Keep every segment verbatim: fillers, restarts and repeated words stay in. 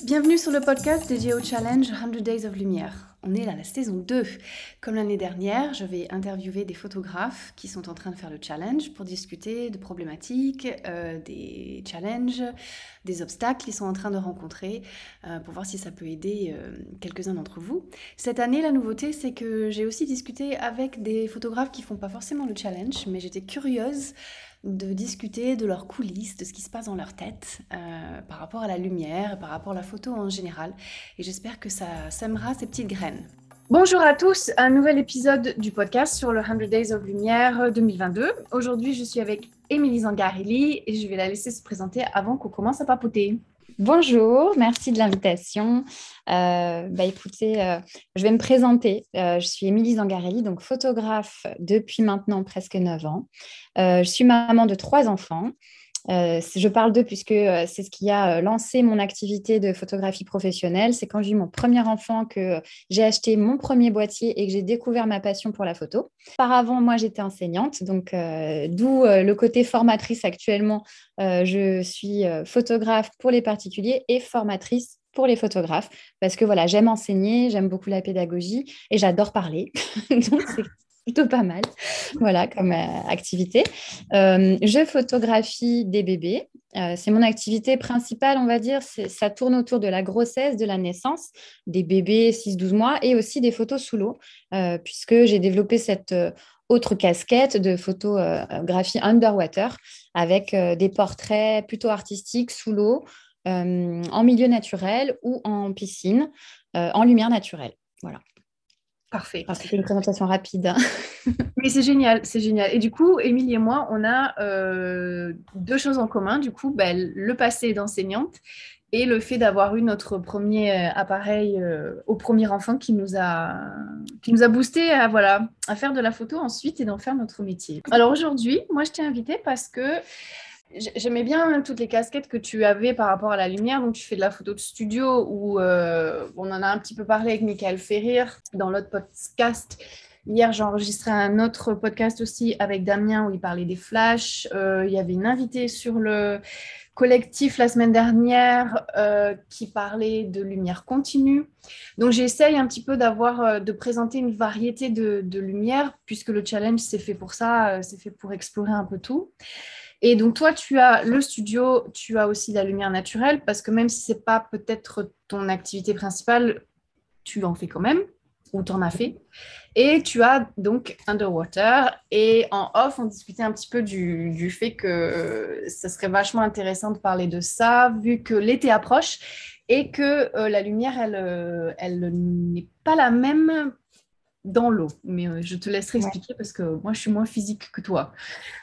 Bienvenue sur le podcast dédié au challenge cent Days of Lumière. On est à la saison deux. Comme l'année dernière, je vais interviewer des photographes qui sont en train de faire le challenge pour discuter de problématiques, euh, des challenges, des obstacles qu'ils sont en train de rencontrer, euh, pour voir si ça peut aider euh, quelques-uns d'entre vous. Cette année, la nouveauté, c'est que j'ai aussi discuté avec des photographes qui font pas forcément le challenge, mais j'étais curieuse de discuter de leurs coulisses, de ce qui se passe dans leur tête euh, par rapport à la lumière, par rapport à la photo en général. Et j'espère que ça sèmera ces petites graines. Bonjour à tous, un nouvel épisode du podcast sur le cent Days of Lumière deux mille vingt-deux. Aujourd'hui, je suis avec Émilie Zangarelli et je vais la laisser se présenter avant qu'on commence à papoter. Bonjour, merci de l'invitation. Euh, bah écoutez, euh, je vais me présenter. Euh, je suis Émilie Zangarelli, donc photographe depuis maintenant presque neuf ans. Euh, je suis maman de trois enfants. Euh, je parle d'eux puisque euh, c'est ce qui a euh, lancé mon activité de photographie professionnelle. C'est quand j'ai eu mon premier enfant que euh, j'ai acheté mon premier boîtier et que j'ai découvert ma passion pour la photo. Auparavant, moi, j'étais enseignante, donc euh, d'où euh, le côté formatrice actuellement. Euh, je suis euh, photographe pour les particuliers et formatrice pour les photographes parce que voilà, j'aime enseigner, j'aime beaucoup la pédagogie et j'adore parler. Donc, c'est plutôt pas mal, voilà, comme euh, activité. Euh, je photographie des bébés. Euh, c'est mon activité principale, on va dire. C'est, ça tourne autour de la grossesse, de la naissance, des bébés six douze mois et aussi des photos sous l'eau, euh, puisque j'ai développé cette euh, autre casquette de photographie underwater avec euh, des portraits plutôt artistiques sous l'eau, euh, en milieu naturel ou en piscine, euh, en lumière naturelle. Voilà. Parfait. Enfin, c'était une présentation rapide, hein. Mais c'est génial, c'est génial. Et du coup, Émilie et moi, on a euh, deux choses en commun. Du coup, ben, le passé d'enseignante et le fait d'avoir eu notre premier euh, appareil euh, au premier enfant qui nous a, qui nous a boosté à, voilà, à faire de la photo ensuite et d'en faire notre métier. Alors aujourd'hui, moi, je t'ai invitée parce que j'aimais bien toutes les casquettes que tu avais par rapport à la lumière. Donc, tu fais de la photo de studio où euh, on en a un petit peu parlé avec Michael Ferrir dans l'autre podcast. Hier, j'ai enregistré un autre podcast aussi avec Damien où il parlait des flashs. Euh, il y avait une invitée sur le collectif la semaine dernière euh, qui parlait de lumière continue. Donc, j'essaye un petit peu d'avoir, euh, de présenter une variété de, de lumière puisque le challenge, c'est fait pour ça, euh, c'est fait pour explorer un peu tout. Et donc, toi, tu as le studio, tu as aussi la lumière naturelle, parce que même si ce n'est pas peut-être ton activité principale, tu en fais quand même, ou tu en as fait. Et tu as donc Underwater. Et en off, on discutait un petit peu du, du fait que ça serait vachement intéressant de parler de ça, vu que l'été approche et que euh, la lumière, elle, euh, elle n'est pas la même dans l'eau. Mais euh, je te laisserai Ouais. expliquer parce que moi, je suis moins physique que toi.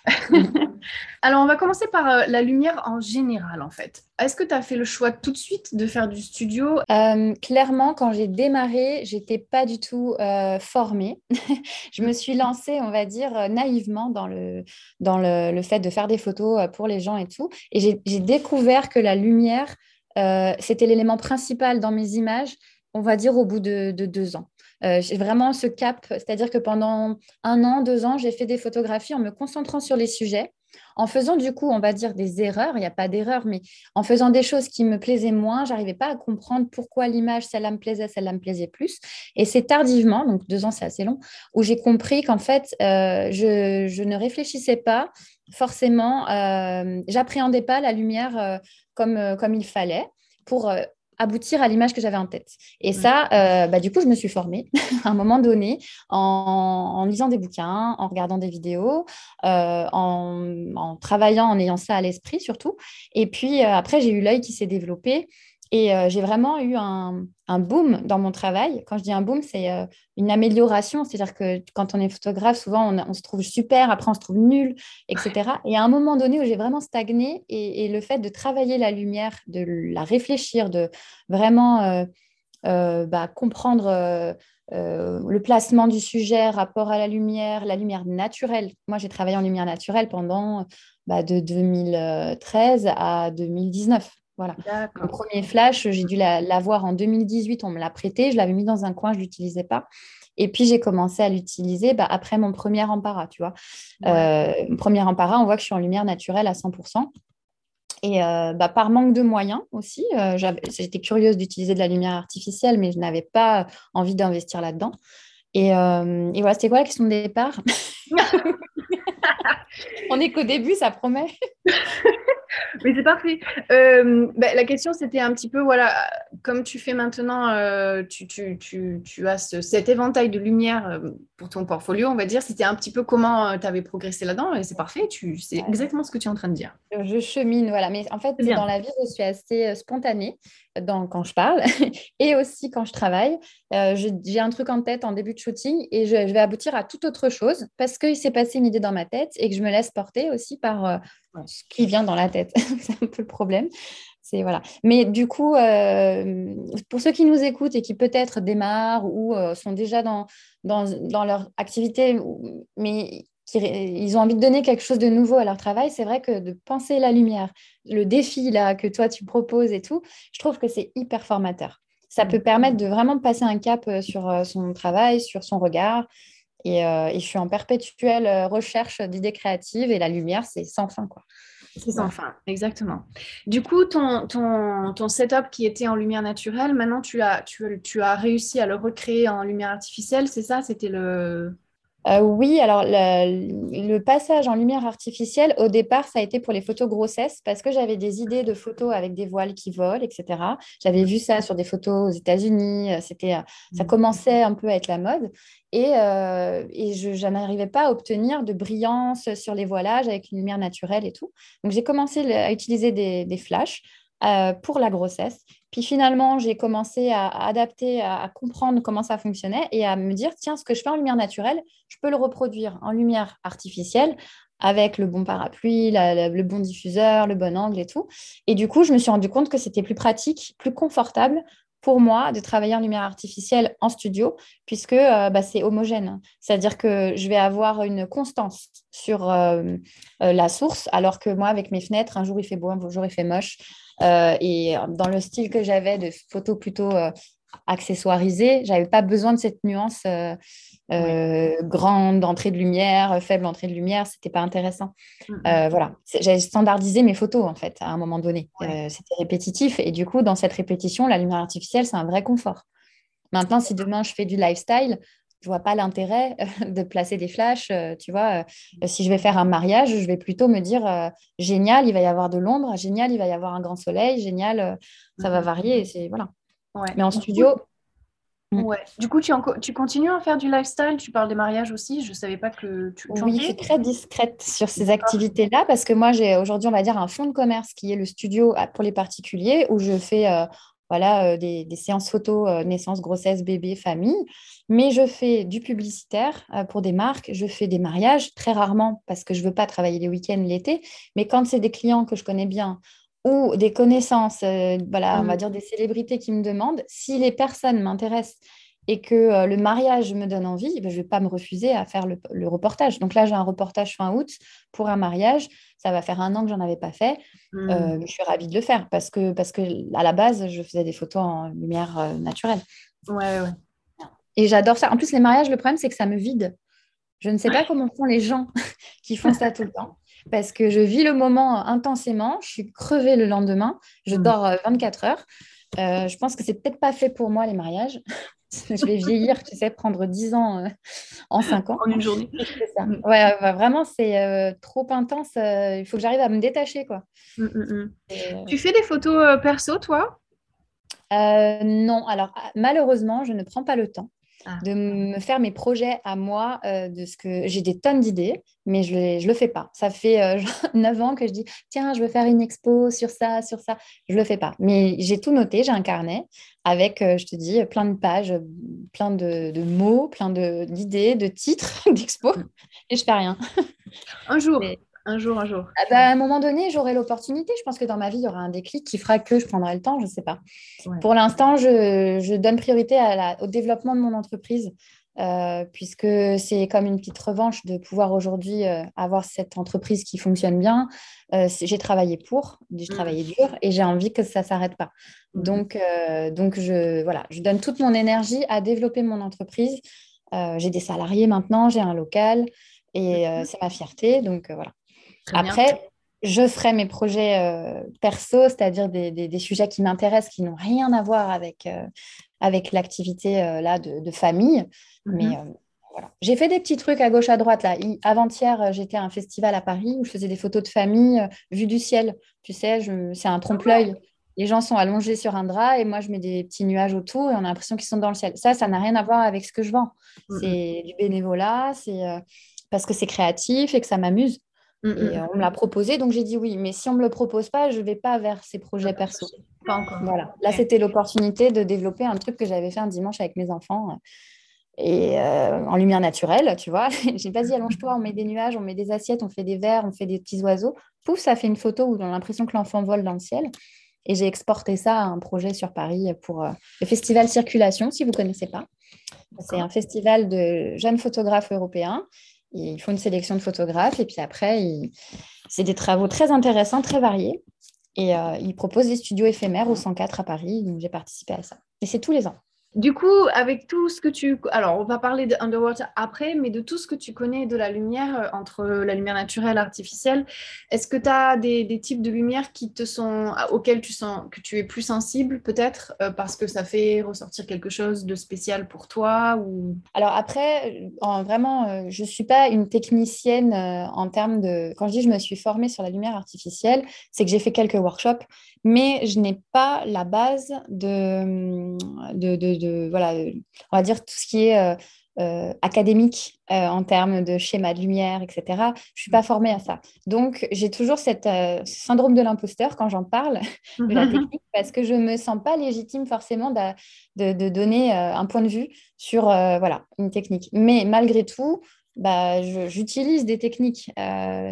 Mm. Alors, on va commencer par euh, la lumière en général, en fait. Est-ce que tu as fait le choix tout de suite de faire du studio? Euh, clairement, quand j'ai démarré, j'étais pas du tout euh, formée. Je me suis lancée, on va dire, euh, naïvement dans le, dans le, le fait de faire des photos euh, pour les gens et tout. Et j'ai j'ai découvert que la lumière, euh, c'était l'élément principal dans mes images, on va dire, au bout de, de deux ans. Euh, j'ai vraiment ce cap, c'est-à-dire que pendant un an, deux ans, j'ai fait des photographies en me concentrant sur les sujets, en faisant du coup, on va dire, des erreurs. Il n'y a pas d'erreur, mais en faisant des choses qui me plaisaient moins, j'arrivais pas à comprendre pourquoi l'image, celle-là me plaisait, celle-là me plaisait plus. Et c'est tardivement, donc deux ans, c'est assez long, où j'ai compris qu'en fait, euh, je, je, ne réfléchissais pas forcément, euh, j'appréhendais pas la lumière euh, comme, euh, comme il fallait pour euh, aboutir à l'image que j'avais en tête. Et Ouais. ça, euh, bah, du coup, je me suis formée à un moment donné en, en lisant des bouquins, en regardant des vidéos, euh, en, en travaillant, en ayant ça à l'esprit surtout. Et puis euh, après, j'ai eu l'œil qui s'est développé et euh, j'ai vraiment eu un, un boom dans mon travail. Quand je dis un boom, c'est euh, une amélioration. C'est-à-dire que quand on est photographe, souvent on, on se trouve super, après on se trouve nul, et cetera. Et à un moment donné où j'ai vraiment stagné et, et le fait de travailler la lumière, de la réfléchir, de vraiment euh, euh, bah, comprendre euh, euh, le placement du sujet, rapport à la lumière, la lumière naturelle. Moi, j'ai travaillé en lumière naturelle pendant bah, de deux mille treize à deux mille dix-neuf. Voilà. Mon D'accord. premier flash, j'ai dû la- l'avoir en deux mille dix-huit, on me l'a prêté, je l'avais mis dans un coin, je ne l'utilisais pas. Et puis, j'ai commencé à l'utiliser bah, après mon premier Ampara, tu vois. Ouais. Euh, mon premier Ampara, on voit que je suis en lumière naturelle à cent pour cent. Et euh, bah, par manque de moyens aussi, euh, j'avais- j'étais curieuse d'utiliser de la lumière artificielle, mais je n'avais pas envie d'investir là-dedans. Et, euh, et voilà, c'était quoi la question de départ? On est qu'au début, ça promet. Mais c'est parfait. Euh, ben, la question, c'était un petit peu, voilà, comme tu fais maintenant, euh, tu, tu, tu, tu as ce- cet éventail de lumière euh, pour ton portfolio, on va dire. C'était un petit peu comment tu avais progressé là-dedans, et c'est parfait. Tu, c'est exactement ce que tu es en train de dire. Je chemine, voilà. Mais en fait, C'est dans bien. la vie, je suis assez euh, spontanée dans, quand je parle et aussi quand je travaille. Euh, je- j'ai un truc en tête en début de shooting et je, je vais aboutir à toute autre chose parce qu'il s'est passé une idée dans ma tête et que je me laisse porter aussi par euh, Ouais. ce qui vient dans la tête. C'est un peu le problème. C'est, voilà. Mais du coup, euh, pour ceux qui nous écoutent et qui peut-être démarrent ou euh, sont déjà dans, dans, dans leur activité, ou- mais qui, ils ont envie de donner quelque chose de nouveau à leur travail, c'est vrai que de penser la lumière, le défi là que toi tu proposes et tout, je trouve que c'est hyper formateur. Ça peut permettre de vraiment passer un cap euh, sur euh, son travail, sur son regard. Et, euh, et je suis en perpétuelle euh, recherche d'idées créatives et la lumière, c'est sans fin, quoi. C'est sans Voilà. fin, exactement. Du coup, ton, ton, ton setup qui était en lumière naturelle, maintenant tu as, tu, tu as réussi à le recréer en lumière artificielle, c'est ça? C'était le... Euh, oui, alors le, le passage en lumière artificielle, au départ, ça a été pour les photos grossesse parce que j'avais des idées de photos avec des voiles qui volent, et cetera. J'avais vu ça sur des photos aux États-Unis. euh, C'était, euh, ça commençait un peu à être la mode et, euh, et je, je n'arrivais pas à obtenir de brillance sur les voilages avec une lumière naturelle et tout. Donc j'ai commencé le- à utiliser des, des flashs euh, pour la grossesse. Puis finalement, j'ai commencé à, à adapter, à, à comprendre comment ça fonctionnait et à me dire, tiens, ce que je fais en lumière naturelle, je peux le reproduire en lumière artificielle avec le bon parapluie, la- la- le bon diffuseur, le bon angle et tout. Et du coup, je me suis rendu compte que c'était plus pratique, plus confortable pour moi de travailler en lumière artificielle en studio, puisque euh, bah, c'est homogène. C'est-à-dire que je vais avoir une constance sur euh, euh, la source, alors que moi, avec mes fenêtres, un jour il fait beau, un jour il fait moche. Euh, et dans le style que j'avais de photos plutôt euh, accessoirisées, j'avais pas besoin de cette nuance euh, Ouais. euh, grande entrée de lumière, faible entrée de lumière, c'était pas intéressant. Mm, mm. Euh, voilà, C'est- j'avais standardisé mes photos en fait à un moment donné. Ouais. Euh, c'était répétitif et du coup, dans cette répétition, la lumière artificielle, c'est un vrai confort. Maintenant, si demain je fais du lifestyle, je vois pas l'intérêt euh, de placer des flashs. euh, tu vois, Euh, si je vais faire un mariage, je vais plutôt me dire euh, génial, il va y avoir de l'ombre, génial, il va y avoir un grand soleil, génial, euh, Mm, ça va mm. varier. et C'est voilà. Ouais. Mais en Du coup, studio, mm, ouais. Du coup, tu, en co- tu continues à faire du lifestyle, tu parles des mariages aussi, je savais pas que tu, tu en oui, je fais. suis très discrète sur ces D'accord. activités-là parce que moi, j'ai aujourd'hui, on va dire, un fonds de commerce qui est le studio à- pour les particuliers où je fais euh, voilà, euh, des, des séances photos, euh, naissance, grossesse, bébé, famille. Mais je fais du publicitaire euh, pour des marques, je fais des mariages, très rarement parce que je ne veux pas travailler les week-ends l'été. Mais quand c'est des clients que je connais bien ou des connaissances, euh, voilà, on va Mm. dire des célébrités qui me demandent, si les personnes m'intéressent et que euh, le mariage me donne envie, ben, je ne vais pas me refuser à faire le, le reportage. Donc là, j'ai un reportage fin août pour un mariage. Ça va faire un an que j'en avais pas fait. Mm. Euh, je suis ravie de le faire parce que, parce que à la base, je faisais des photos en lumière euh, naturelle. Ouais, ouais. Et j'adore ça. En plus, les mariages, le problème, c'est que ça me vide. Je ne sais pas comment font les gens qui font ça tout le temps. Parce que je vis le moment intensément, je suis crevée le lendemain, je Mm. dors euh, vingt-quatre heures. Euh, je pense que c'est peut-être pas fait pour moi les mariages. Je vais vieillir, tu sais, prendre dix ans euh, en cinq ans. En une journée. C'est ça. Mm. Ouais, ouais, vraiment, c'est euh, trop intense. euh, il faut que j'arrive à me détacher, quoi. Mm, mm, mm. Et, Tu fais des photos euh, perso, toi? euh, non, alors ah, malheureusement, je ne prends pas le temps Ah. de me faire mes projets à moi, euh, de ce que j'ai des tonnes d'idées, mais je ne le fais pas. Ça fait euh, genre neuf ans que je dis, tiens, je veux faire une expo sur ça, sur ça. Je ne le fais pas. Mais j'ai tout noté, j'ai un carnet avec, euh, je te dis, plein de pages, plein de, de mots, plein de- d'idées, de titres d'expo, Mm. et je fais rien. Un jour, Mais, un jour, un jour. ah bah, à un moment donné, j'aurai l'opportunité. Je pense que dans ma vie, il y aura un déclic qui fera que je prendrai le temps, je ne sais pas. Ouais. Pour l'instant, je, je donne priorité à la- au développement de mon entreprise, euh, puisque c'est comme une petite revanche de pouvoir aujourd'hui euh, avoir cette entreprise qui fonctionne bien. Euh, c'est- j'ai travaillé pour, j'ai Mm. travaillé dur et j'ai envie que ça ne s'arrête pas. Mm. Donc, euh, donc je, voilà, je donne toute mon énergie à développer mon entreprise. Euh, j'ai des salariés maintenant, j'ai un local et euh, Mm. c'est ma fierté. Donc, euh, voilà. Très bien. Après, je ferai mes projets euh, perso, c'est-à-dire des, des- des sujets qui m'intéressent, qui n'ont rien à voir avec, euh, avec l'activité euh, là de, de famille. Mais Mhm. euh, voilà. J'ai fait des petits trucs à gauche, à droite. Là. Hi- Avant-hier, euh, j'étais à un festival à Paris où je faisais des photos de famille euh, vues du ciel. Tu sais, je- c'est un trompe-l'œil. Les gens sont allongés sur un drap et moi, je mets des petits nuages autour et on a l'impression qu'ils sont dans le ciel. Ça, ça n'a rien à voir avec ce que je vends. Mhm. C'est du bénévolat, c'est euh, parce que c'est créatif et que ça m'amuse. Mhm. Et Mhm. euh, on me l'a proposé, donc j'ai dit oui. Mais si on ne me le propose pas, je ne vais pas vers ces Ça projets va perso. chercher. Pas encore. Voilà. Là, Ok. c'était l'opportunité de développer un truc que j'avais fait un dimanche avec mes enfants et euh, en lumière naturelle, tu vois. J'ai pas dit allonge-toi, on met des nuages, on met des assiettes, on fait des verres, on fait des petits oiseaux. Pouf, ça fait une photo où on a l'impression que l'enfant vole dans le ciel. Et j'ai exporté ça à un projet sur Paris pour euh, le festival Circulation, si vous ne connaissez pas. C'est D'accord. un festival de jeunes photographes européens. Ils font une sélection de photographes et puis après, ils... c'est des travaux très intéressants, très variés. Et euh, ils proposent des studios éphémères au cent quatre à Paris. Donc j'ai participé à ça. Et c'est tous les ans. Du coup, avec tout ce que tu... Alors, on va parler de Underwater après, mais de tout ce que tu connais de la lumière, euh, entre la lumière naturelle et artificielle, est-ce que tu as des, des types de lumière qui te sont... auxquels tu sens que tu es plus sensible, peut-être, euh, parce que ça fait ressortir quelque chose de spécial pour toi ou... Alors après, en, vraiment, euh, je ne suis pas une technicienne euh, en termes de... Quand je dis je me suis formée sur la lumière artificielle, c'est que j'ai fait quelques workshops, mais je n'ai pas la base de, de, de- de- voilà, on va dire tout ce qui est euh, euh, académique euh, en termes de schéma de lumière, et cetera. Je ne suis pas formée à ça. Donc, j'ai toujours cette, euh, ce syndrome de l'imposteur quand j'en parle de la technique, parce que je ne me sens pas légitime forcément d'a- de, de donner euh, un point de vue sur euh, voilà, une technique. Mais malgré tout, bah, je- j'utilise des techniques euh,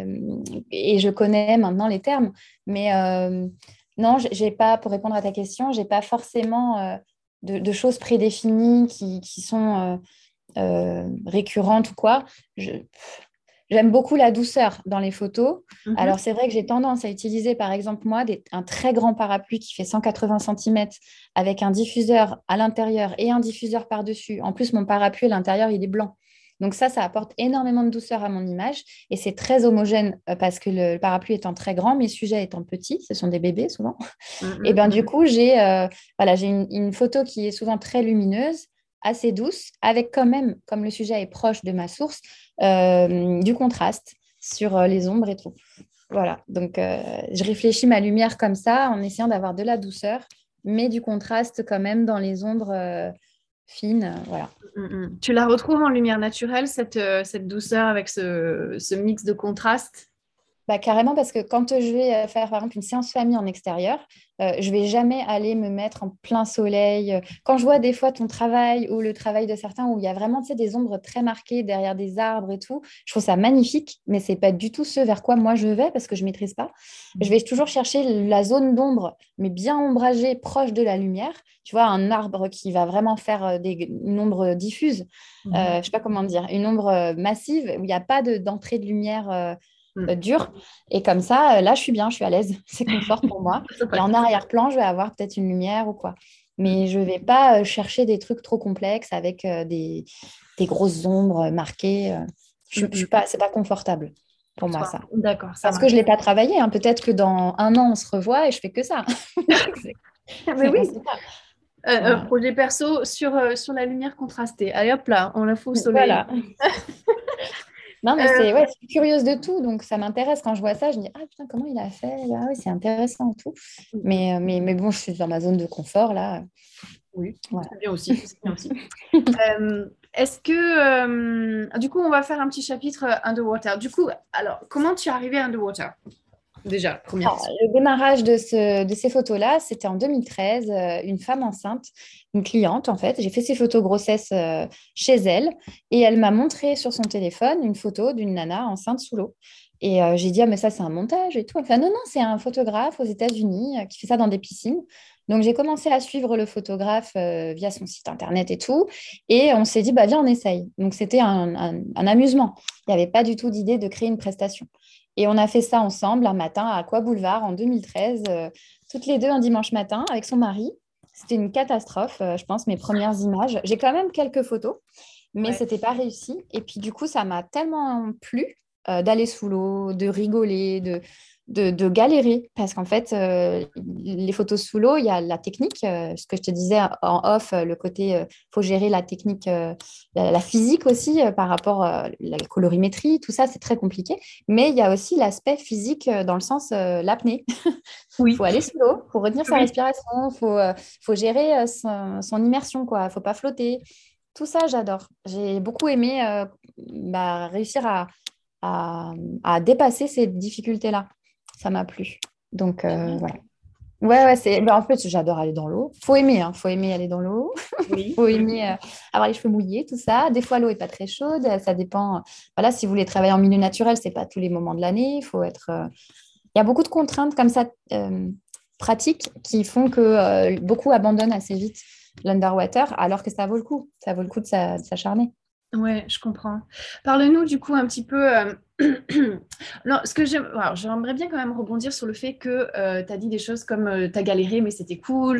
et je connais maintenant les termes. Mais euh, non, j'ai j'ai pas, pour répondre à ta question, j'ai pas forcément euh, de, de choses prédéfinies qui, qui sont euh, euh, récurrentes ou quoi. Je, J'aime beaucoup la douceur dans les photos. Mhm. Alors, c'est vrai que j'ai tendance à utiliser, par exemple, moi, des- un très grand parapluie qui fait cent quatre-vingts centimètres avec un diffuseur à l'intérieur et un diffuseur par-dessus. En plus, mon parapluie à l'intérieur, il est blanc. Donc ça, ça apporte énormément de douceur à mon image et c'est très homogène euh, parce que le, le parapluie étant très grand, mes sujets étant petits, ce sont des bébés souvent. Et Mhm. ben du coup, j'ai euh, voilà, j'ai une, une photo qui est souvent très lumineuse, assez douce, avec quand même, comme le sujet est proche de ma source, euh, du contraste sur euh, les ombres et tout. Voilà, donc euh, je réfléchis ma lumière comme ça, en essayant d'avoir de la douceur, mais du contraste quand même dans les ombres euh, fines. euh, voilà. Mhm. Tu la retrouves en lumière naturelle, cette, euh, cette douceur avec ce, ce mix de contraste? Bah, carrément, parce que quand je vais euh, faire, par exemple, une séance famille en extérieur, euh, je vais jamais aller me mettre en plein soleil. Euh, Quand je vois des fois ton travail ou le travail de certains où il y a vraiment, tu sais, des ombres très marquées derrière des arbres et tout, je trouve ça magnifique, mais c'est pas du tout ce vers quoi moi je vais parce que je maîtrise pas. Je vais toujours chercher la zone d'ombre, mais bien ombragée, proche de la lumière. Tu vois, un arbre qui va vraiment faire euh, des, une ombre diffuse, Mhm. euh, je sais pas comment dire, une ombre euh, massive où il n'y a pas de- d'entrée de lumière. euh, euh, Mhm. dur. Et comme ça, euh, là, je suis bien, je suis à l'aise. C'est confort pour moi. C'est Et en pratique. arrière-plan, je vais avoir peut-être une lumière ou quoi. Mhm. Mais je ne vais pas euh, chercher des trucs trop complexes avec euh, des, des grosses ombres marquées. euh. Je, je Mhm. suis pas, c'est pas confortable pour moi, Toi. ça. D'accord, ça Parce que marche. je ne l'ai pas travaillé, hein. Peut-être que dans un an, on se revoit et je fais que ça. C'est- Mais on oui, sait pas. euh, euh, Voilà. projet perso sur, euh, sur la lumière contrastée. Allez hop là, on la fout au soleil. Voilà. Non, mais Euh, c'est ouais, je suis curieuse de tout, donc ça m'intéresse. Quand je vois ça, je me dis, ah putain, comment il a fait? Ah oui, c'est intéressant et tout. Mais, euh, mais, mais bon, je suis dans ma zone de confort, là. oui, Voilà. c'est bien aussi. C'est bien aussi. Euh, est-ce que, euh, du coup, on va faire un petit chapitre euh, Underwater. Du coup, alors, comment tu es arrivé à Underwater? Déjà, première Alors, question. le démarrage de, ce, de ces photos-là, c'était en deux mille treize. Euh, une femme enceinte, une cliente en fait. J'ai fait ses photos grossesse euh, chez elle et elle m'a montré sur son téléphone une photo d'une nana enceinte sous l'eau. Et euh, j'ai dit, ah, mais ça, c'est un montage et tout. Elle fait, ah, non, non, c'est un photographe aux États-Unis euh, qui fait ça dans des piscines. Donc, j'ai commencé à suivre le photographe euh, via son site internet et tout. Et on s'est dit, bah, viens, on essaye. Donc, c'était un, un- un amusement. Il n'y avait pas du tout d'idée de créer une prestation. Et on a fait ça ensemble un matin à Aqua Boulevard en deux mille treize, euh, toutes les deux un dimanche matin avec son mari. C'était une catastrophe, euh, je pense, mes premières images. J'ai quand même quelques photos, mais Ouais. c'était pas réussi. Et puis du coup, ça m'a tellement plu euh, d'aller sous l'eau, de rigoler, de de, de galérer parce qu'en fait, euh, les photos sous l'eau, il y a la technique, euh, ce que je te disais en off, euh, le côté, il faut gérer la technique, euh, la, la physique aussi euh, par rapport à la colorimétrie, tout ça, c'est très compliqué. Mais il y a aussi l'aspect physique euh, dans le sens euh, l'apnée. Il Oui, faut aller sous l'eau, il faut retenir sa oui. respiration, il faut, euh, faut gérer euh, son, son immersion, quoi. Il ne faut pas flotter. Tout ça, j'adore. J'ai beaucoup aimé euh, bah, réussir à, à, à dépasser ces difficultés-là. Ça m'a plu. Donc, euh, voilà. Ouais, ouais, c'est... bah, en fait, j'adore aller dans l'eau. Faut aimer, hein. Faut aimer aller dans l'eau. Oui. Faut aimer euh, avoir les cheveux mouillés, tout ça. Des fois, l'eau est pas très chaude. Ça dépend. Voilà, si vous voulez travailler en milieu naturel, c'est pas tous les moments de l'année. Il faut être... euh, Il y a beaucoup de contraintes comme ça, euh, pratiques, qui font que euh, beaucoup abandonnent assez vite l'underwater, alors que ça vaut le coup. Ça vaut le coup de s'a- de s'acharner. Ouais, je comprends. Parle-nous du coup un petit peu. euh, Non, ce que j'aime, alors, j'aimerais bien quand même rebondir sur le fait que tu as dit des choses comme tu as galéré, mais c'était cool,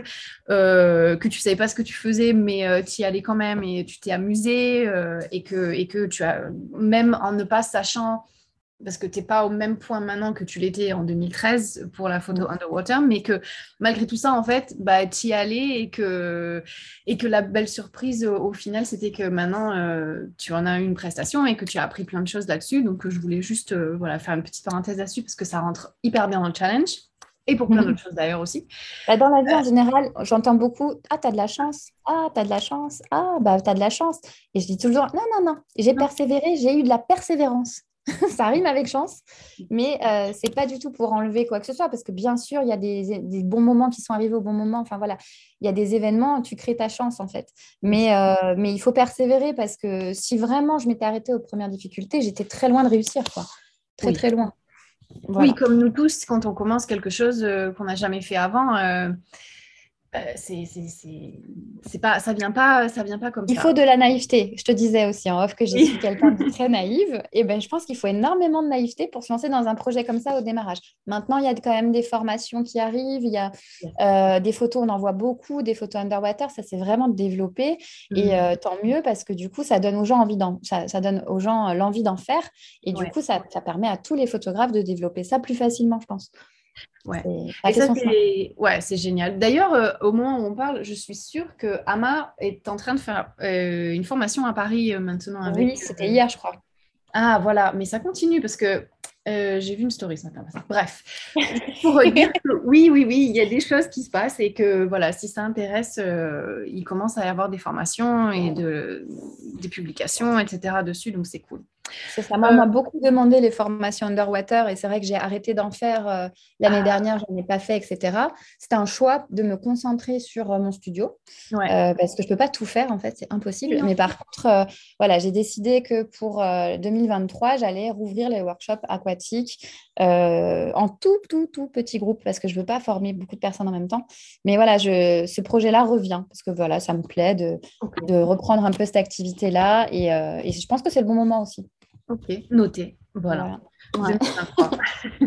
euh, que tu savais pas ce que tu faisais, mais tu y allais quand même et tu t'es amusé, euh, et que, et que tu as, même en ne pas sachant, parce que tu n'es pas au même point maintenant que tu l'étais en deux mille treize pour la photo underwater, mais que malgré tout ça, en fait, bah, tu y allais et que, et que la belle surprise au, au final, c'était que maintenant, euh, tu en as eu une prestation et que tu as appris plein de choses là-dessus. Donc, euh, je voulais juste euh, voilà, faire une petite parenthèse là-dessus parce que ça rentre hyper bien dans le challenge et pour plein d'autres choses d'ailleurs aussi. Bah, dans la vie, Euh, en général, j'entends beaucoup: Ah, t'as de la chance. Ah, t'as de la chance. Ah, bah, t'as de la chance. Et je dis toujours: Non, non, non. J'ai non. persévéré, j'ai eu de la persévérance. Ça rime avec chance, mais euh, c'est pas du tout pour enlever quoi que ce soit, parce que bien sûr, il y a des, des bons moments qui sont arrivés au bon moment. Enfin, voilà, il y a des événements, tu crées ta chance, en fait. Oui. Mais, euh, mais il faut persévérer, parce que si vraiment je m'étais arrêtée aux premières difficultés, j'étais très loin de réussir, quoi. Très, Oui. très loin. Oui, Voilà. comme nous tous, quand on commence quelque chose euh, qu'on n'a jamais fait avant, euh, euh, c'est, c'est, c'est, c'est pas, ça vient pas, ça vient pas comme Il faut ça. de la naïveté. Je te disais aussi en off que je Oui. suis quelqu'un de très naïve. Et ben, je pense qu'il faut énormément de naïveté pour se lancer dans un projet comme ça au démarrage. Maintenant, il y a quand même des formations qui arrivent. Il y a euh, des photos, on en voit beaucoup, des photos underwater. Ça s'est vraiment développé. Et Mhm. euh, tant mieux, parce que du coup, ça donne aux gens envie d'en, ça, ça donne aux gens euh, l'envie d'en faire. Et du Ouais. coup, ça, ça permet à tous les photographes de développer ça plus facilement, je pense. Ouais. C'est, ça Et fait ça, son chemin. c'est ouais, c'est génial. D'ailleurs, euh, au moment où on parle, je suis sûre que Ama est en train de faire euh, une formation à Paris euh, maintenant avec. Oui, c'était euh, hier, je crois. Ah, voilà, mais ça continue parce que euh, j'ai vu une story ce matin. Bref, pour dire que oui, oui, oui, il y a des choses qui se passent et que voilà, si ça intéresse, euh, il commence à y avoir des formations et de, des publications, et cetera dessus, donc c'est cool. C'est ça. Moi, on Euh, m'a beaucoup demandé les formations underwater, et c'est vrai que j'ai arrêté d'en faire euh, l'année ah, dernière, j'en ai pas fait, et cetera. C'était un choix de me concentrer sur euh, mon studio, ouais. euh, parce que je peux pas tout faire, en fait, c'est impossible. Oui, non. Mais par contre, euh, voilà, j'ai décidé que pour euh, deux mille vingt-trois, j'allais rouvrir les workshops aquatiques euh, en tout, tout, tout petit groupe, parce que je veux pas former beaucoup de personnes en même temps. Mais voilà, je, ce projet-là revient, parce que voilà, ça me plaît de, Ok, de reprendre un peu cette activité-là, et, euh, et je pense que c'est le bon moment aussi. ok, noté. Voilà. Voilà. Ouais. deux mille vingt-trois.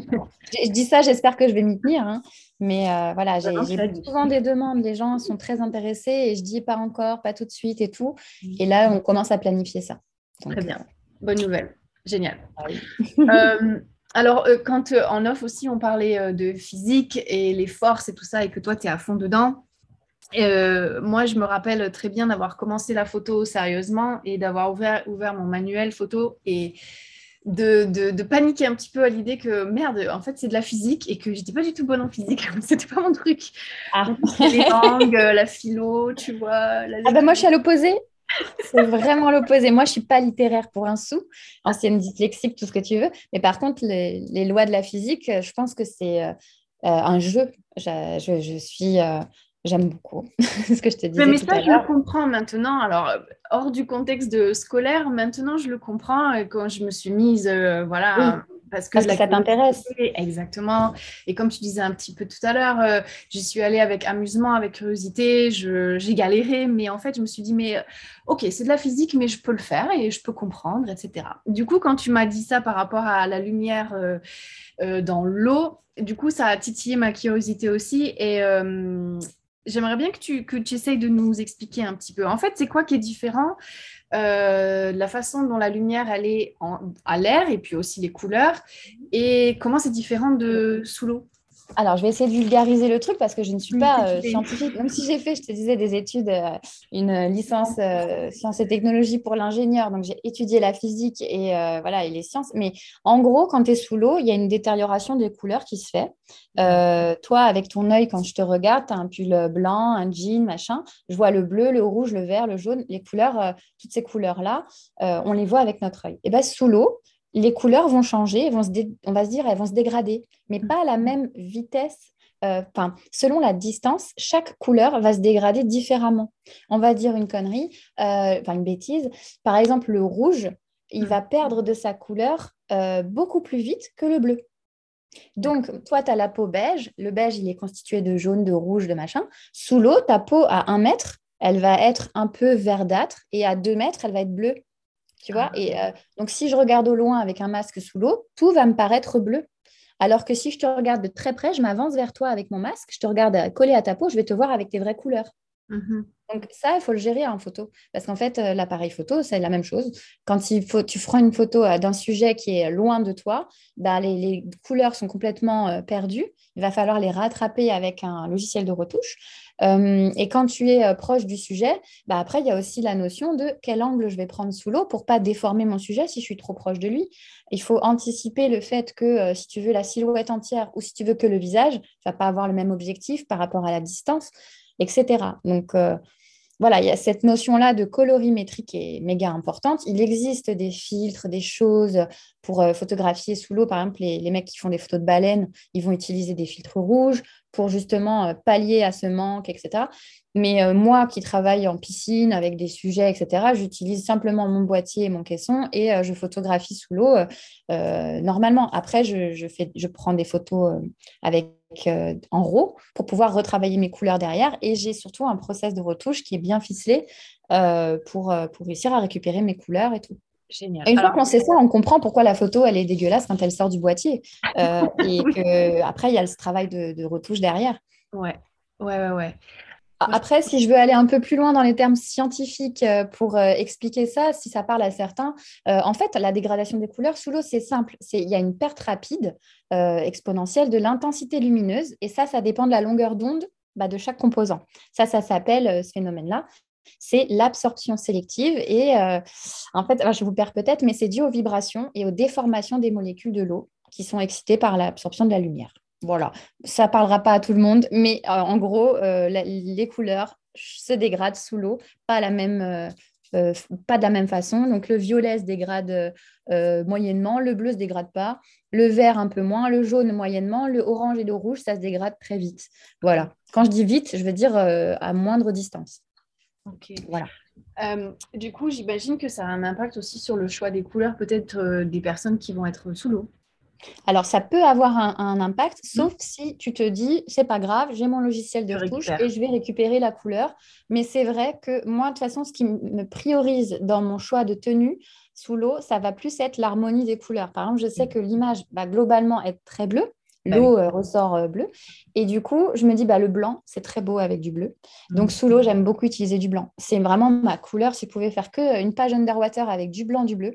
Je, je dis ça, j'espère que je vais m'y tenir, hein. Mais euh, voilà, j'ai Maintenant, tu j'ai l'as dit. souvent des demandes. Les gens sont très intéressés et je dis pas encore, pas tout de suite et tout. Et là, on commence à planifier ça. Très Donc, euh, bien. Bonne nouvelle. Génial. ah oui. Euh, alors, euh, quand euh, en off aussi, on parlait euh, de physique et les forces et tout ça, et que toi, tu es à fond dedans. Euh, moi, je me rappelle très bien d'avoir commencé la photo sérieusement et d'avoir ouvert, ouvert mon manuel photo et de, de, de paniquer un petit peu à l'idée que merde, en fait, c'est de la physique et que j'étais pas du tout bonne en physique. C'était pas mon truc. Ah. Donc, c'était les langues, euh, la philo, tu vois, la Ah ben moi, je lecture. suis à l'opposé. C'est vraiment l'opposé. Moi, je suis pas littéraire pour un sou, Ah, ancienne dyslexique, tout ce que tu veux. Mais par contre, les, les lois de la physique, euh, je pense que c'est euh, euh, un jeu. Je, je- je suis, euh, j'aime beaucoup. C'est ce que je te mais, disais mais tout ça, à je le l'heure. comprends maintenant. Alors, euh, hors du contexte de scolaire, maintenant, je le comprends euh, quand je me suis mise, euh, voilà, Oui, parce que parce que la ça t'intéresse. curiosité, exactement. Et comme tu disais un petit peu tout à l'heure, euh, j'y suis allée avec amusement, avec curiosité. Je, j'ai galéré, mais en fait, je me suis dit, mais euh, ok, c'est de la physique, mais je peux le faire et je peux comprendre, et cetera. Du coup, quand tu m'as dit ça par rapport à la lumière euh, euh, dans l'eau, du coup, ça a titillé ma curiosité aussi. Et, euh, j'aimerais bien que tu, que tu essayes de nous expliquer un petit peu. En fait, c'est quoi qui est différent? euh, la façon dont la lumière elle est en- à l'air et puis aussi les couleurs et comment c'est différent de sous l'eau. Alors, je vais essayer de vulgariser le truc parce que je ne suis Oui, pas s'il te euh, plaît. scientifique, même si j'ai fait, je te disais, des études, euh, une licence euh, sciences et technologies pour l'ingénieur. Donc, j'ai étudié la physique et, euh, voilà, et les sciences. Mais en gros, quand tu es sous l'eau, il y a une détérioration des couleurs qui se fait. Euh, toi, avec ton œil, quand je te regarde, tu as un pull blanc, un jean, machin. Je vois le bleu, le rouge, le vert, le jaune. Les couleurs, euh, toutes ces couleurs-là, euh, on les voit avec notre œil. Et bien, sous l'eau, les couleurs vont changer, vont se dé- on va se dire, elles vont se dégrader, mais pas à la même vitesse. euh, Enfin, selon la distance, chaque couleur va se dégrader différemment. On va dire une connerie, euh, enfin une bêtise. Par exemple, le rouge, il va perdre de sa couleur euh, beaucoup plus vite que le bleu. Donc, toi, tu as la peau beige. Le beige, il est constitué de jaune, de rouge, de machin. Sous l'eau, ta peau, à un mètre, elle va être un peu verdâtre et à deux mètres, elle va être bleue. Tu vois? Et euh, donc, si je regarde au loin avec un masque sous l'eau, tout va me paraître bleu. Alors que si je te regarde de très près, je m'avance vers toi avec mon masque, je te regarde euh, collé à ta peau, je vais te voir avec tes vraies couleurs. Mhm. Donc ça, il faut le gérer en photo. Parce qu'en fait, euh, l'appareil photo, c'est la même chose. Quand il faut, tu feras une photo euh, d'un sujet qui est loin de toi, bah, les, les couleurs sont complètement euh, perdues. Il va falloir les rattraper avec un logiciel de retouche. Euh, et quand tu es euh, proche du sujet, bah, après, il y a aussi la notion de quel angle je vais prendre sous l'eau pour pas déformer mon sujet si je suis trop proche de lui. Il faut anticiper le fait que euh, si tu veux la silhouette entière ou si tu veux que le visage, tu vas pas avoir le même objectif par rapport à la distance, et cetera. Donc, euh, voilà, il y a cette notion-là de colorimétrie qui est méga importante. Il existe des filtres, des choses pour euh, photographier sous l'eau. Par exemple, les, les mecs qui font des photos de baleines, ils vont utiliser des filtres rouges pour justement euh, pallier à ce manque, et cetera. Mais euh, moi qui travaille en piscine avec des sujets, et cetera, j'utilise simplement mon boîtier et mon caisson et euh, je photographie sous l'eau euh, euh, normalement. Après, je, je fais, je prends des photos euh, avec euh, en RAW pour pouvoir retravailler mes couleurs derrière. Et j'ai surtout un process de retouche qui est bien ficelé euh, pour, euh, pour réussir à récupérer mes couleurs et tout. Génial. Et une fois Alors, qu'on sait ça, on comprend pourquoi la photo, elle est dégueulasse quand elle sort du boîtier. Euh, et oui. que après, il y a ce travail de, de retouche derrière. Ouais, ouais, ouais, ouais. Franchement, Après, si je veux aller un peu plus loin dans les termes scientifiques euh, pour euh, expliquer ça, si ça parle à certains, euh, en fait, la dégradation des couleurs sous l'eau, c'est simple. C'est, il y a une perte rapide, euh, exponentielle de l'intensité lumineuse, et ça, ça dépend de la longueur d'onde bah, de chaque composant. Ça, ça s'appelle, euh, ce phénomène-là, c'est l'absorption sélective. Et euh, en fait, alors, je vous perds peut-être, mais c'est dû aux vibrations et aux déformations des molécules de l'eau qui sont excitées par l'absorption de la lumière. Voilà, ça ne parlera pas à tout le monde, mais euh, en gros, euh, la- les couleurs se dégradent sous l'eau, pas, à la même, euh, euh, pas de la même façon. Donc le violet se dégrade euh, moyennement, le bleu ne se dégrade pas, le vert un peu moins, le jaune moyennement, le orange et le rouge, ça se dégrade très vite. Voilà. Quand je dis vite, je veux dire euh, à moindre distance. ok. Voilà. Euh, du coup, j'imagine que ça a un impact aussi sur le choix des couleurs, peut-être euh, des personnes qui vont être sous l'eau. Alors, ça peut avoir un, un impact, Hmm. sauf si tu te dis, c'est pas grave, j'ai mon logiciel de Je retouche et récupère. je vais récupérer la couleur. Mais c'est vrai que moi, de toute façon, ce qui me priorise dans mon choix de tenue sous l'eau, ça va plus être l'harmonie des couleurs. Par exemple, je sais que l'image va globalement être très bleue. Bah oui. L'eau euh, ressort euh, bleue. Et du coup, je me dis, bah, le blanc, c'est très beau avec du bleu. Hmm. Donc, sous l'eau, j'aime beaucoup utiliser du blanc. C'est vraiment ma couleur. Si je pouvais faire qu'une page underwater avec du blanc, du bleu,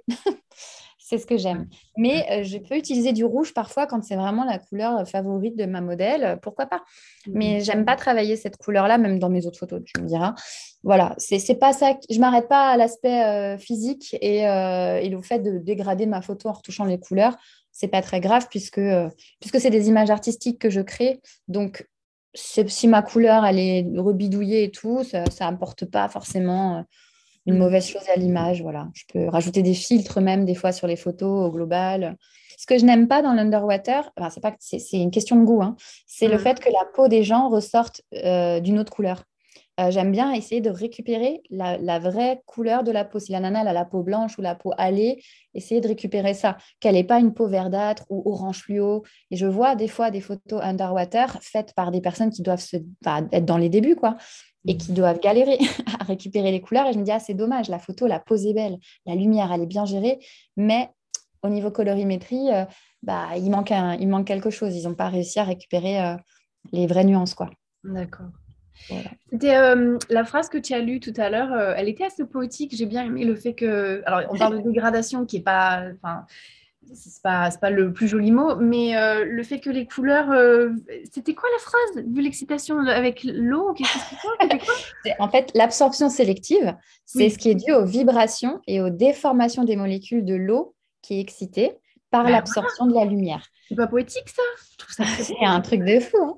c'est ce que j'aime. Ouais. Mais euh, je peux utiliser du rouge parfois quand c'est vraiment la couleur euh, favorite de ma modèle. euh, Pourquoi pas? Mhm. Mais j'aime pas travailler cette couleur-là, même dans mes autres photos, tu me diras. Voilà, c'est c'est pas ça. qui- Je m'arrête pas à l'aspect euh, physique et, euh, et le fait de dégrader ma photo en retouchant les couleurs. C'est pas très grave puisque, euh, puisque c'est des images artistiques que je crée. Donc, c'est- si ma couleur elle est rebidouillée et tout, ça n'apporte pas forcément. euh, une Mhm. mauvaise chose à l'image. Voilà. Je peux rajouter des filtres même des fois sur les photos au global. Ce que je n'aime pas dans l'underwater, enfin, c'est pas que c'est c'est une question de goût, hein, c'est le Mhm. fait que la peau des gens ressorte euh, d'une autre couleur. Euh, j'aime bien essayer de récupérer la, la vraie couleur de la peau. Si la nana elle a la peau blanche ou la peau hâlée, essayer de récupérer ça, qu'elle n'ait pas une peau verdâtre ou orange fluo. Et je vois des fois des photos underwater faites par des personnes qui doivent se, enfin, être dans les débuts, quoi, et qui doivent galérer à récupérer les couleurs. Et je me dis, ah, c'est dommage, la photo, la pose est belle, la lumière, elle est bien gérée, mais au niveau colorimétrie, euh, bah, il manque un- il manque quelque chose. Ils n'ont pas réussi à récupérer euh, les vraies nuances, quoi. D'accord. Voilà. C'était euh, la phrase que tu as lue tout à l'heure, euh, elle était assez poétique. J'ai bien aimé le fait que. Alors, on parle de dégradation qui est pas. Enfin, c'est pas, c'est pas le plus joli mot, mais euh, le fait que les couleurs. euh, C'était quoi la phrase? Vu l'excitation avec l'eau, qu'est-ce que c'était quoi? C'était quoi? C'est- En fait, l'absorption sélective, c'est ce Oui. qui est dû aux vibrations et aux déformations des molécules de l'eau qui est excitée par Ben, l'absorption de la lumière. c'est pas poétique ça? Je trouve ça très C'est beau. un truc de fou, hein.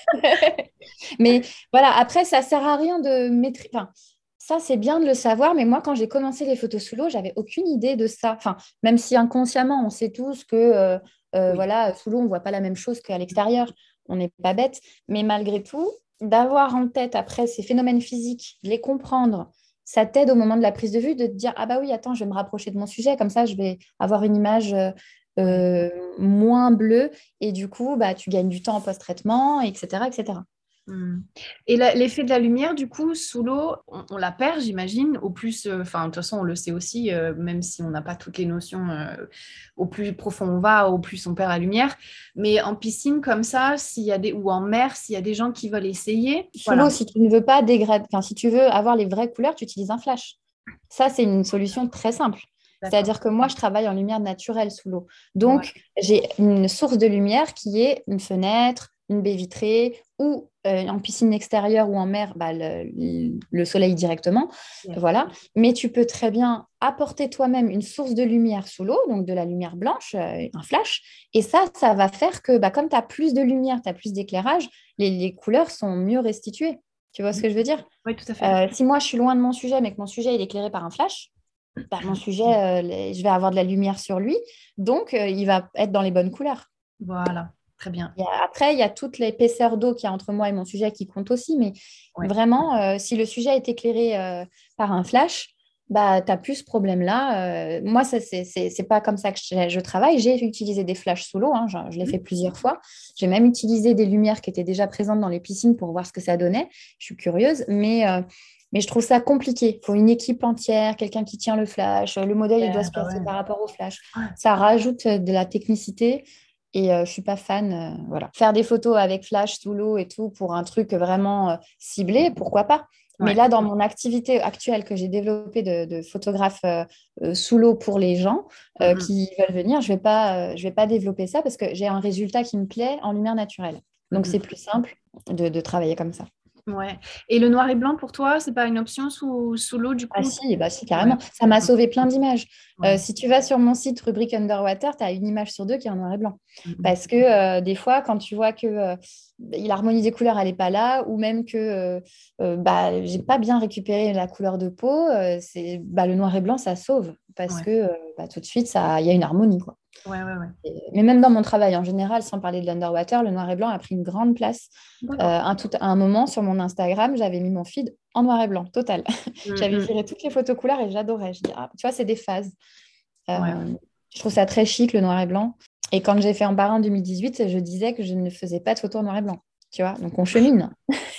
Mais voilà, après, ça sert à rien de maîtriser. Enfin, ça, c'est bien de le savoir, mais moi, quand j'ai commencé les photos sous l'eau, j'avais aucune idée de ça. Enfin, même si inconsciemment, on sait tous que euh, euh, Oui. voilà, sous l'eau, on ne voit pas la même chose qu'à l'extérieur. On n'est pas bête. Mais malgré tout, d'avoir en tête après ces phénomènes physiques, de les comprendre, ça t'aide au moment de la prise de vue de te dire, ah bah oui, attends, je vais me rapprocher de mon sujet, comme ça, je vais avoir une image euh, Ouais. euh, moins bleue et du coup, bah, tu gagnes du temps en post-traitement, et cetera, et cetera. Hmm. Et la- l'effet de la lumière, du coup, sous l'eau, on, on la perd, j'imagine, au plus, euh, enfin, de toute façon, on le sait aussi, euh, même si on n'a pas toutes les notions, euh, au plus profond on va, au plus on perd la lumière. Mais en piscine, comme ça, s'il y a des, ou en mer, s'il y a des gens qui veulent essayer, Sous l'eau, voilà. si tu ne veux pas dégrader, enfin, si tu veux avoir les vraies couleurs, tu utilises un flash. Ça, c'est une solution très simple. D'accord. C'est-à-dire que moi, je travaille en lumière naturelle sous l'eau. Ouais. Donc, j'ai une source de lumière qui est une fenêtre, une baie vitrée ou euh, en piscine extérieure ou en mer, bah, le, le soleil directement. Ouais. Voilà. Mais tu peux très bien apporter toi-même une source de lumière sous l'eau, donc de la lumière blanche, euh, un flash. Et ça, ça va faire que bah, comme tu as plus de lumière, tu as plus d'éclairage, les, les couleurs sont mieux restituées. Tu vois ce que je veux dire? Oui, tout à fait. Euh, si moi, je suis loin de mon sujet, mais que mon sujet est éclairé par un flash, bah, mon sujet, euh, les- je vais avoir de la lumière sur lui, donc euh, il va être dans les bonnes couleurs. Voilà. Très bien. Il y a- après, il y a toute l'épaisseur d'eau qu'il y a entre moi et mon sujet qui compte aussi, mais Ouais. vraiment, euh, si le sujet est éclairé euh, par un flash, bah, tu n'as plus ce problème-là. Euh, moi, ça, c'est c'est- c'est pas comme ça que je, je travaille. J'ai utilisé des flashs sous l'eau, hein, je, je l'ai fait plusieurs fois. J'ai même utilisé des lumières qui étaient déjà présentes dans les piscines pour voir ce que ça donnait. Je suis curieuse, mais, euh, mais je trouve ça compliqué. Il faut une équipe entière, quelqu'un qui tient le flash. Le modèle, il doit Ouais, se bah placer ouais. par rapport au flash. Ouais. Ça rajoute euh, de la technicité. Et euh, je suis pas fan. Euh, voilà. Faire des photos avec flash sous l'eau et tout pour un truc vraiment euh, ciblé, pourquoi pas? Mais Ouais. là, dans mon activité actuelle que j'ai développée de, de photographe euh, euh, sous l'eau pour les gens euh, Mhm. qui veulent venir, je vais pas, euh, je vais pas développer ça parce que j'ai un résultat qui me plaît en lumière naturelle. Donc, c'est Mhm. plus simple de, de travailler comme ça. Ouais. Et le noir et blanc pour toi, c'est pas une option sous, sous l'eau du Ah coup? si, bah si, Ouais. carrément. Ça m'a sauvé plein d'images. Euh, Ouais. si tu vas sur mon site rubrique Underwater, tu as une image sur deux qui est en noir et blanc. Mhm. Parce que euh, des fois, quand tu vois que euh, l'harmonie des couleurs, elle n'est pas là, ou même que euh, euh, bah, j'ai pas bien récupéré la couleur de peau, euh, c'est, bah, le noir et blanc, ça sauve. Parce Ouais. que euh, bah, tout de suite, ça, il y a une harmonie, quoi. Ouais, ouais, ouais. Et- mais même dans mon travail en général, sans parler de l'Underwater, le noir et blanc a pris une grande place. Euh, D'accord. un, tout, à un moment, sur mon Instagram, j'avais mis mon feed en noir et blanc, total. J'avais Mhm. viré toutes les photos couleurs et j'adorais. Je dis, ah, tu vois, c'est des phases. Ouais. Euh, je trouve ça très chic, le noir et blanc. Et quand j'ai fait en parrain en deux mille dix-huit, je disais que je ne faisais pas de photos en noir et blanc. Tu vois, donc on chemine.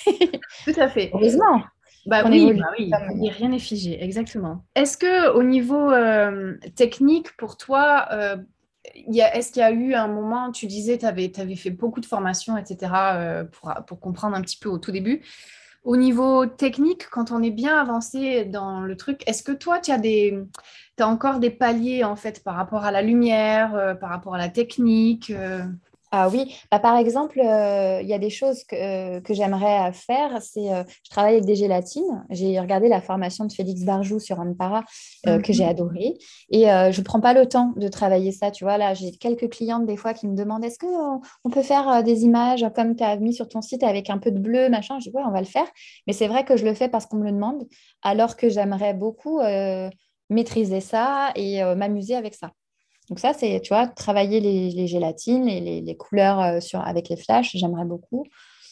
Tout à fait. Heureusement Bah qu'on oui, évolue. bah oui, Comme- oui, rien n'est figé, exactement. Est-ce que au niveau euh, technique, pour toi, euh, il y a, est-ce qu'il y a eu un moment, tu disais, tu avais, fait beaucoup de formations, et cetera, euh, pour, pour comprendre un petit peu au tout début. Au niveau technique, quand on est bien avancé dans le truc, est-ce que toi, tu as des, t'as encore des paliers, en fait, par rapport à la lumière, euh, par rapport à la technique euh, Ah oui, bah, par exemple, euh, il y a des choses que, euh, que j'aimerais euh, faire. C'est, euh, je travaille avec des gélatines. J'ai regardé la formation de Félix Barjou sur Ampara euh, que j'ai Mhm. adoré. Et euh, je ne prends pas le temps de travailler ça. Tu vois, là, j'ai quelques clientes des fois qui me demandent est-ce qu'on on peut faire euh, des images comme tu as mis sur ton site avec un peu de bleu, machin. Je dis ouais, on va le faire. Mais c'est vrai que je le fais parce qu'on me le demande, alors que j'aimerais beaucoup euh, maîtriser ça et euh, m'amuser avec ça. Donc ça, c'est, tu vois, travailler les, les gélatines, les, les- les couleurs euh, sur, avec les flashs, j'aimerais beaucoup.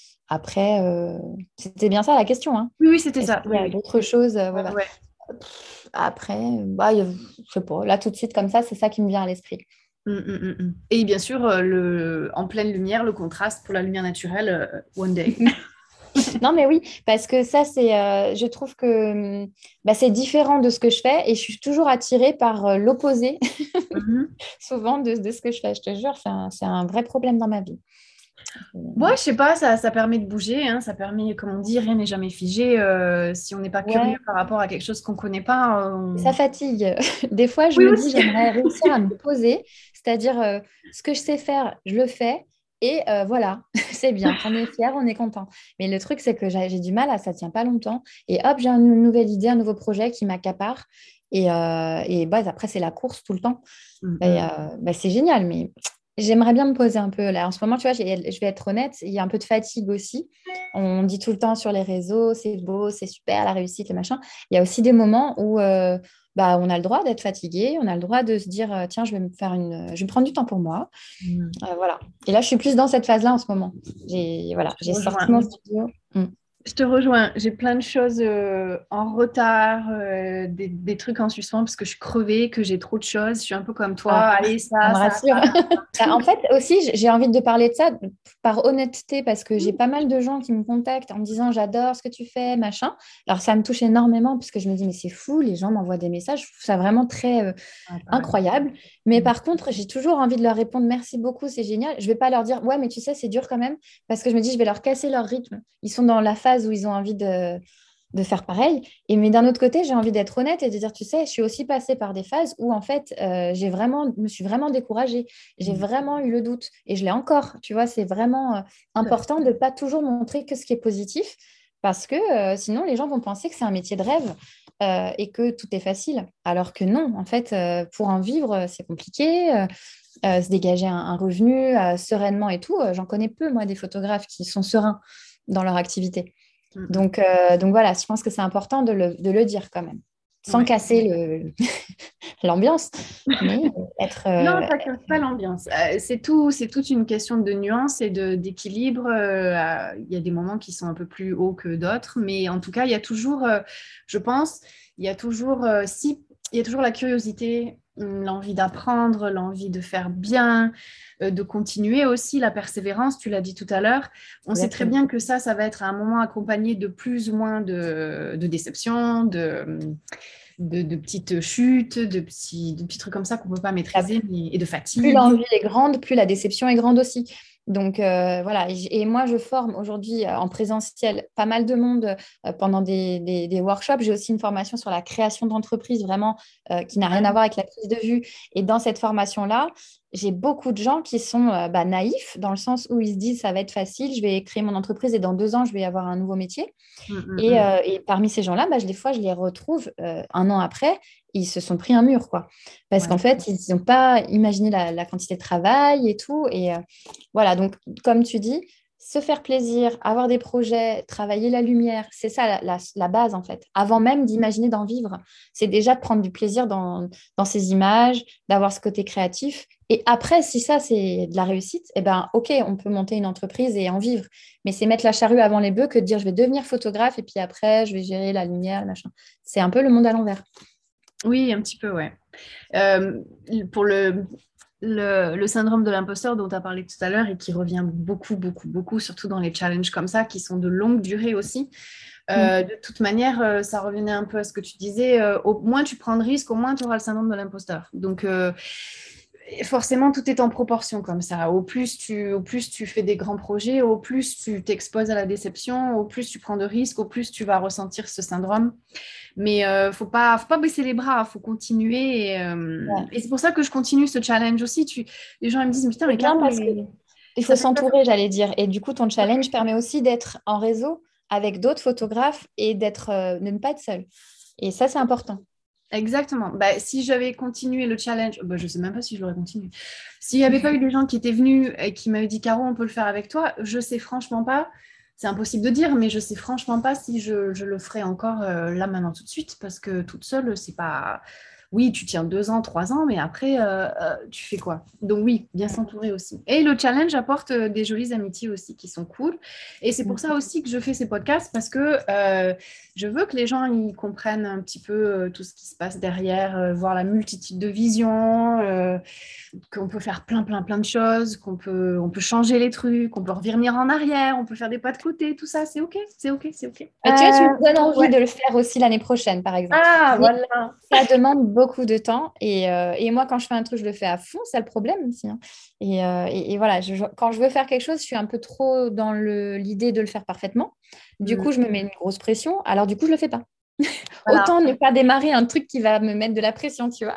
Après, euh, c'était bien ça la question, hein. Oui, oui, c'était Est-ce ça. qu'il y Oui, a oui. d'autres choses? euh, Ouais, voilà. ouais. Après, bah, il y a- je sais pas, là tout de suite comme ça, c'est ça qui me vient à l'esprit. Mm, mm, mm, mm. Et bien sûr, euh, le, en pleine lumière, le contraste pour la lumière naturelle, euh, one day. Non, mais oui, parce que ça, c'est, euh, je trouve que hum, bah, c'est différent de ce que je fais et je suis toujours attirée par euh, l'opposé, Mhm. souvent, de, de ce que je fais. Je te jure, c'est un, c'est un vrai problème dans ma vie. Ouais, je sais pas, ça, ça permet de bouger, hein, ça permet, comme on dit, rien n'est jamais figé. Euh, si on n'est pas curieux Ouais, par rapport à quelque chose qu'on connaît pas, ça on... fatigue. Des fois, je Oui me dis, aussi. j'aimerais réussir à me poser, c'est-à-dire euh, ce que je sais faire, je le fais. Et euh, voilà, c'est bien, on est fier, on est content. Mais le truc, c'est que j'ai j'ai du mal à ça tient pas longtemps. Et hop, j'ai une nouvelle idée, un nouveau projet qui m'accapare. Et, euh, et bah, après, c'est la course tout le temps. Et, euh, Mhm. bah, c'est génial, mais j'aimerais bien me poser un peu là. En ce moment, tu vois, j'ai- je vais être honnête, il y a un peu de fatigue aussi. On dit tout le temps sur les réseaux, c'est beau, c'est super, la réussite, le machin. Il y a aussi des moments où euh, bah, on a le droit d'être fatigué, on a le droit de se dire, euh, tiens, je vais me faire une... je vais me prendre du temps pour moi. Mhm. Euh, voilà. Et là, je suis plus dans cette phase-là en ce moment. J'ai voilà, Je te j'ai sorti rejoins. mon studio. Mm. Je te rejoins. J'ai plein de choses euh, en retard, euh, des, des trucs en suspens parce que je suis crevée, que j'ai trop de choses. Je suis un peu comme toi. Ah, Allez, ça ça, me ça, rassure. ça, Bah, tout. en fait, aussi, j- j'ai envie de parler de ça par honnêteté parce que j'ai pas mal de gens qui me contactent en me disant j'adore ce que tu fais, machin. Alors, ça me touche énormément parce que je me dis mais c'est fou, les gens m'envoient des messages. Je trouve ça vraiment très euh, Ouais, pareil. incroyable. Mais par contre, j'ai toujours envie de leur répondre merci beaucoup, c'est génial. Je vais pas leur dire ouais, mais tu sais, c'est dur quand même parce que je me dis je vais leur casser leur rythme. Ils sont dans la phase où ils ont envie de de faire pareil. Et mais d'un autre côté, j'ai envie d'être honnête et de dire, tu sais, je suis aussi passée par des phases où en fait, euh, j'ai vraiment, me suis vraiment découragée. J'ai Mhm. vraiment eu le doute et je l'ai encore. Tu vois, c'est vraiment euh, important de ne pas toujours montrer que ce qui est positif parce que euh, sinon, les gens vont penser que c'est un métier de rêve euh, et que tout est facile. Alors que non, en fait, euh, pour en vivre, euh, c'est compliqué. Euh, euh, se dégager un, un revenu euh, sereinement et tout. Euh, J'en connais peu, moi, des photographes qui sont sereins dans leur activité. Mhm. Donc, euh, donc voilà, je pense que c'est important de le, de le dire quand même, sans Ouais. casser le, l'ambiance, mais être... Non, euh, ça casse pas l'ambiance. Euh, c'est tout, c'est toute une question de nuance et de d'équilibre. Euh, euh, Il y a des moments qui sont un peu plus hauts que d'autres, mais en tout cas, il y a toujours, euh, je pense, il y a toujours, euh, si, il y a toujours la curiosité, hum, l'envie d'apprendre, l'envie de faire bien, euh, de continuer aussi, la persévérance. Tu l'as dit tout à l'heure. On sait très exactement. bien que ça, ça va être à un moment accompagné de plus ou moins de, de déception, de de, de petites chutes, de petits, de petits trucs comme ça qu'on ne peut pas maîtriser, mais- et de Plus fatigue. l'envie est grande, plus la déception est grande aussi. Donc euh, voilà, et, j- et moi je forme aujourd'hui euh, en présentiel pas mal de monde euh, pendant des, des- des workshops. J'ai aussi une formation sur la création d'entreprise vraiment euh, qui n'a rien à voir avec la prise de vue. Et dans cette formation-là, j'ai beaucoup de gens qui sont euh, bah, naïfs dans le sens où ils se disent ça va être facile, je vais créer mon entreprise et dans deux ans je vais avoir un nouveau métier. Mm, mm, Et, mm. euh, et parmi ces gens-là, bah, je- des fois, je les retrouve euh, un an après, ils se sont pris un mur, quoi. Parce Ouais. qu'en fait, ils n'ont pas imaginé la, la quantité de travail et tout. Et euh, voilà, donc, comme tu dis, se faire plaisir, avoir des projets, travailler la lumière, c'est ça la, la- la base, en fait. Avant même d'imaginer d'en vivre, c'est déjà de prendre du plaisir dans, dans ces images, d'avoir ce côté créatif. Et après, si ça, c'est de la réussite, eh ben, OK, on peut monter une entreprise et en vivre. Mais c'est mettre la charrue avant les bœufs que de dire je vais devenir photographe et puis après, je vais gérer la lumière, machin. C'est un peu le monde à l'envers. Oui, un petit peu, ouais. Euh, pour le, le, le syndrome de l'imposteur dont tu as parlé tout à l'heure et qui revient beaucoup, beaucoup, beaucoup, surtout dans les challenges comme ça, qui sont de longue durée aussi. Mm. Euh, de toute manière, euh, ça revenait un peu à ce que tu disais. Euh, au moins tu prends de risques, au moins tu auras le syndrome de l'imposteur. Donc, euh, forcément, tout est en proportion comme ça. Au plus tu, au plus tu fais des grands projets, au plus tu t'exposes à la déception, au plus tu prends de risques, au plus tu vas ressentir ce syndrome. Mais euh, faut pas, faut pas baisser les bras, faut continuer. Et, euh, Ouais. et c'est pour ça que je continue ce challenge aussi. Tu, les gens ils me disent, mais putain, C'est mais bien Caro, parce que mais il faut ça fait pas s'entourer, j'allais dire. Et du coup, ton challenge permet aussi d'être en réseau avec d'autres photographes et d'être, euh, de ne pas être seul. Et ça, c'est important. exactement. Bah, si j'avais continué le challenge, bah, je sais même pas si je l'aurais continué. S'il n'y avait pas eu des gens qui étaient venus et qui m'avaient dit, Caro, on peut le faire avec toi, je sais franchement pas. C'est impossible de dire, mais je sais franchement pas si je, je le ferais encore euh, là maintenant tout de suite, parce que toute seule, c'est pas. Oui, tu tiens deux ans, trois ans, mais après, euh, euh, tu fais quoi? Donc oui, bien s'entourer aussi. Et le challenge apporte euh, des jolies amitiés aussi qui sont cool. Et c'est pour Mm. ça aussi que je fais ces podcasts, parce que euh, je veux que les gens ils comprennent un petit peu euh, tout ce qui se passe derrière, euh, voir la multitude de visions, euh, qu'on peut faire plein, plein, plein de choses, qu'on peut, on peut changer les trucs, on peut revenir en arrière, on peut faire des pas de côté, tout ça, c'est OK, c'est OK, c'est OK. Mais tu vois, tu Euh, me donnes envie ouais. de le faire aussi l'année prochaine, par exemple. Ah, Mais voilà. ça demande beaucoup de temps. Et, euh, et moi, quand je fais un truc, je le fais à fond. C'est le problème aussi, hein. Et, euh, et, et voilà, je- quand je veux faire quelque chose, je suis un peu trop dans le, l'idée de le faire parfaitement. Du Mm. coup, je me mets une grosse pression. Alors, du coup, je le fais pas. Voilà. Autant ne pas démarrer un truc qui va me mettre de la pression, tu vois.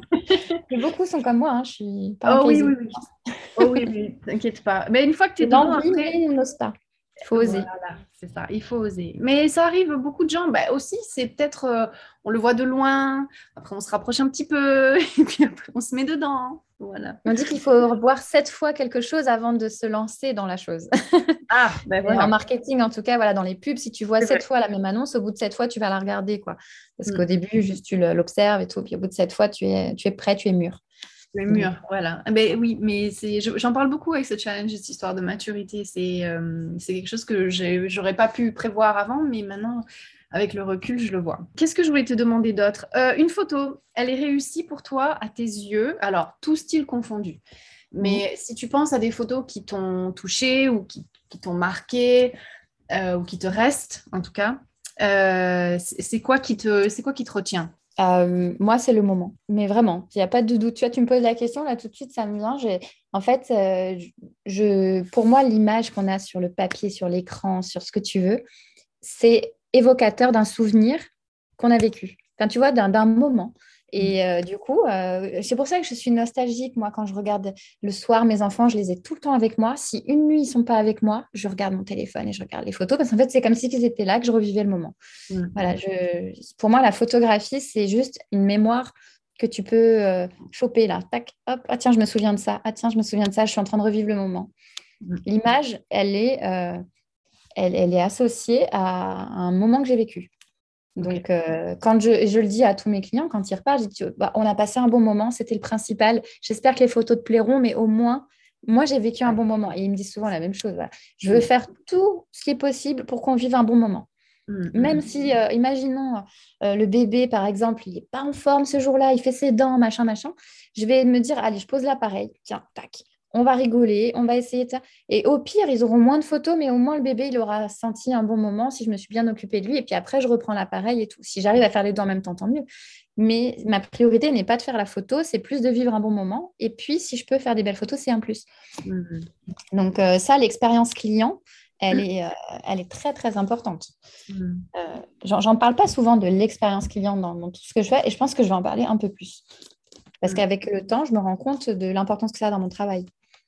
Et beaucoup sont comme moi, hein. Je suis pas un Oh oui, oui, casey. oui. Oh oui, oui, t'inquiète pas. Mais une fois que tu es J'ai dedans, l'envie, mais après, il n'ose pas. Il faut voilà, oser. c'est ça, il faut oser. Mais ça arrive, beaucoup de gens, bah, aussi, c'est peut-être, euh, on le voit de loin, après on se rapproche un petit peu, et puis après on se met dedans. Voilà. On dit qu'il faut revoir sept fois quelque chose avant de se lancer dans la chose. Ah, ben Mais en voilà, marketing, en tout cas, voilà, dans les pubs, si tu vois c'est sept vrai. fois la même annonce, au bout de sept fois, tu vas la regarder, quoi. Parce qu'au Mm. début, juste tu le- l'observes et tout, puis au bout de sept fois, tu es, tu es prêt, tu es mûr. Le Donc, mur, voilà. Ben oui, mais c'est, je- j'en parle beaucoup avec ce challenge, cette histoire de maturité. C'est euh, c'est quelque chose que j'ai- j'aurais pas pu prévoir avant, mais maintenant, avec le recul, je le vois. Qu'est-ce que je voulais te demander d'autre? Euh, une photo, elle est réussie pour toi à tes yeux, alors tout style confondu. mhm. Mais si tu penses à des photos qui t'ont touché ou qui, qui t'ont marqué euh, ou qui te restent, en tout cas, euh, c'est c'est quoi qui te, c'est quoi qui te retient? Euh, moi, c'est le moment. Mais vraiment, il n'y a pas de doute. Tu vois, tu me poses la question, là, tout de suite, ça me vient. J'ai- En fait, euh, je... pour moi, l'image qu'on a sur le papier, sur l'écran, sur ce que tu veux, c'est évocateur d'un souvenir qu'on a vécu. Enfin, tu vois, d'un d'un moment. Et euh, du coup, euh, c'est pour ça que je suis nostalgique, moi, quand je regarde le soir mes enfants, je les ai tout le temps avec moi. Si une nuit, ils sont pas avec moi, je regarde mon téléphone et je regarde les photos, parce qu'en fait, c'est comme si ils étaient là, que je revivais le moment. Voilà, Mm. je... pour moi, la photographie, c'est juste une mémoire que tu peux euh, choper là. Tac, hop, ah tiens, je me souviens de ça. Ah tiens, je me souviens de ça, je suis en train de revivre le moment. Mm. L'image, elle est, euh, elle, elle est associée à un moment que j'ai vécu. Ok. Donc, euh, quand je, je le dis à tous mes clients, quand ils repartent, je dis, bah, on a passé un bon moment, c'était le principal. J'espère que les photos te plairont, mais au moins, moi, j'ai vécu un bon moment. Et ils me disent souvent la même chose. Voilà. Je veux Mm. faire tout ce qui est possible pour qu'on vive un bon moment. Mm. Même Mm. si, euh, imaginons, euh, le bébé, par exemple, il n'est pas en forme ce jour-là, il fait ses dents, machin, machin, je vais me dire, allez, je pose l'appareil, tiens, tac, on va rigoler, on va essayer de ça. Et au pire, ils auront moins de photos, mais au moins le bébé, il aura senti un bon moment si je me suis bien occupée de lui. Et puis après, je reprends l'appareil et tout. Si j'arrive à faire les deux en même temps, tant mieux. Mais ma priorité n'est pas de faire la photo, c'est plus de vivre un bon moment. Et puis, si je peux faire des belles photos, c'est un plus. Mm. Donc, euh, ça, l'expérience client, elle Mm. est, euh, elle est très, très importante. Mm. Euh, j'en, j'en parle pas souvent de l'expérience client dans, dans tout ce que je fais et je pense que je vais en parler un peu plus. Parce Mm. qu'avec le temps, je me rends compte de l'importance que ça a dans mon travail.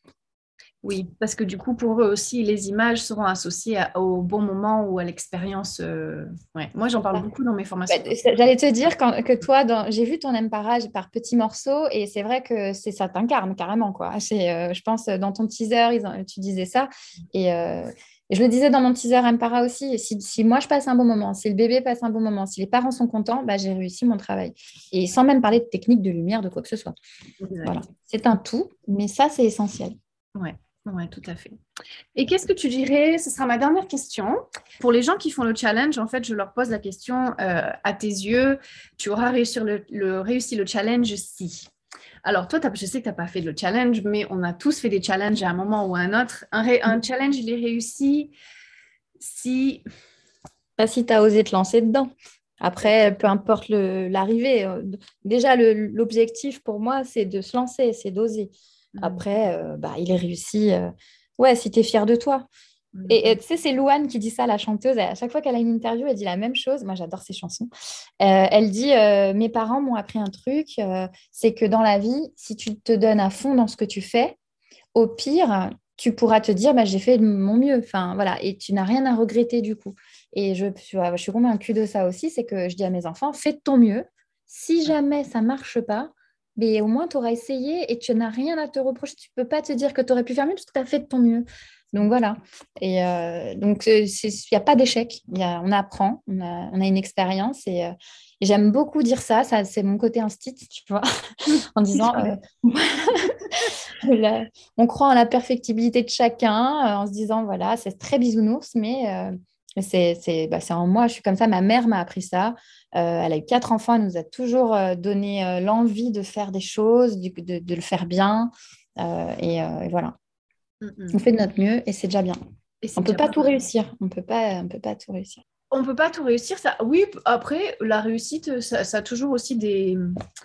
Oui, parce que du coup, pour eux aussi, les images seront associées à- au bon moment ou à l'expérience. euh, ouais. Moi, j'en parle beaucoup dans mes Bah, formations. c'est- j'allais te dire quand- que toi, dans- j'ai vu ton Emparage par petits morceaux et c'est vrai que c'est ça t'incarne carrément, quoi. C'est, euh, je pense, dans ton teaser, ils ont- tu disais ça. Et, euh, et je le disais dans mon teaser Empara aussi. Et si, si moi, je passe un bon moment, si le bébé passe un bon moment, si les parents sont contents, bah, j'ai réussi mon travail. Et sans même parler de technique, de lumière, de quoi que ce soit. Voilà. Exact. C'est un tout, mais ça, c'est essentiel. Ouais, ouais, tout à fait. Et qu'est-ce que tu dirais, ce sera ma dernière question. Pour les gens qui font le challenge, en fait, je leur pose la question, euh, à tes yeux, tu auras réussi le, le- réussi le challenge si. Alors, toi, t'as- je sais que tu n'as pas fait le challenge, mais on a tous fait des challenges à un moment ou à un autre. Un, ré- un challenge, il est réussi si... Pas si tu as osé te lancer dedans. Après, peu importe le- l'arrivée. euh, Déjà, le- l'objectif pour moi, c'est de se lancer, c'est d'oser. Mm, Après, euh, bah, il est réussi. euh, Ouais, si tu es fier de toi. mm, Et et tu sais, c'est Louane qui dit ça, la chanteuse. À chaque fois qu'elle a une interview, elle dit la même chose. Moi, j'adore ses chansons. Euh, elle dit, euh, mes parents m'ont appris un truc, euh, c'est que dans la vie, si tu te donnes à fond dans ce que tu fais, au pire, tu pourras te dire, bah, j'ai fait de mon mieux. Enfin, voilà, et tu n'as rien à regretter du coup. Et je, tu vois, je suis convaincue de ça aussi, c'est que je dis à mes enfants, fais de ton mieux. Si jamais ça marche pas, mais au moins tu auras essayé et tu n'as rien à te reprocher. Tu peux pas te dire que tu aurais pu faire mieux parce que tu as fait de ton mieux. Donc voilà. Et euh, donc, euh, c'est- il n'y a pas d'échec. Il y a- On apprend, on a, on a une expérience et, euh, et j'aime beaucoup dire ça. Ça, c'est mon côté instit, tu vois, mm. en disant, euh, la- on croit en la perfectibilité de chacun, euh, en se disant, voilà, c'est très bisounours, mais euh, c'est c'est bah, c'est en moi, je suis comme ça. Ma mère m'a appris ça. Euh, elle a eu quatre enfants, elle nous a toujours euh, donné euh, l'envie de faire des choses, du- de, de le faire bien. Euh, et, euh, et voilà, Mm, on mm. fait de notre mieux et c'est déjà bien. Et On c'est ne peut déjà pas pas tout mal. réussir, on peut pas, on peut pas tout réussir. on ne peut pas tout réussir. Ça. Oui, après, la réussite, ça, ça a toujours aussi des,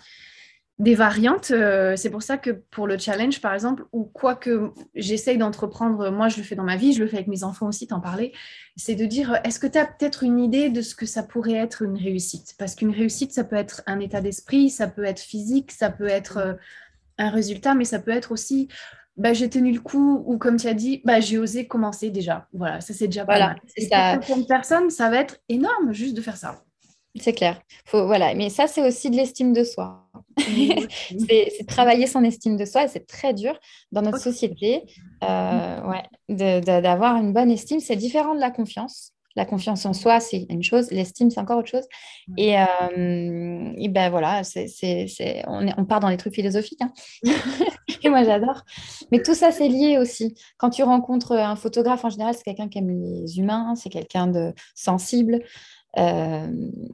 des variantes. Euh, c'est pour ça que pour le challenge, par exemple, ou quoi que j'essaye d'entreprendre, moi, je le fais dans ma vie, je le fais avec mes enfants aussi, t'en parler, c'est de dire, est-ce que tu as peut-être une idée de ce que ça pourrait être une réussite? Parce qu'une réussite, ça peut être un état d'esprit, ça peut être physique, ça peut être euh, un résultat, mais ça peut être aussi... Bah, j'ai tenu le coup, ou comme tu as dit, bah, j'ai osé commencer déjà. Voilà, ça c'est déjà pas Voilà, mal. c'est Et pour ça. certaines personnes, ça va être énorme juste de faire ça. C'est clair. Faut, voilà. Mais ça, c'est aussi de l'estime de soi. Oui. c'est, c'est travailler son estime de soi et c'est très dur dans notre Ok. société. Euh, ouais, de- de- d'avoir une bonne estime, c'est différent de la confiance. La confiance en soi, c'est une chose. L'estime, c'est encore autre chose. Ouais. Et, euh, et ben voilà, c'est, c'est, c'est- on, est- on part dans les trucs philosophiques, hein. Et moi, j'adore. Mais tout ça, c'est lié aussi. Quand tu rencontres un photographe, en général, c'est quelqu'un qui aime les humains, c'est quelqu'un de sensible. Euh,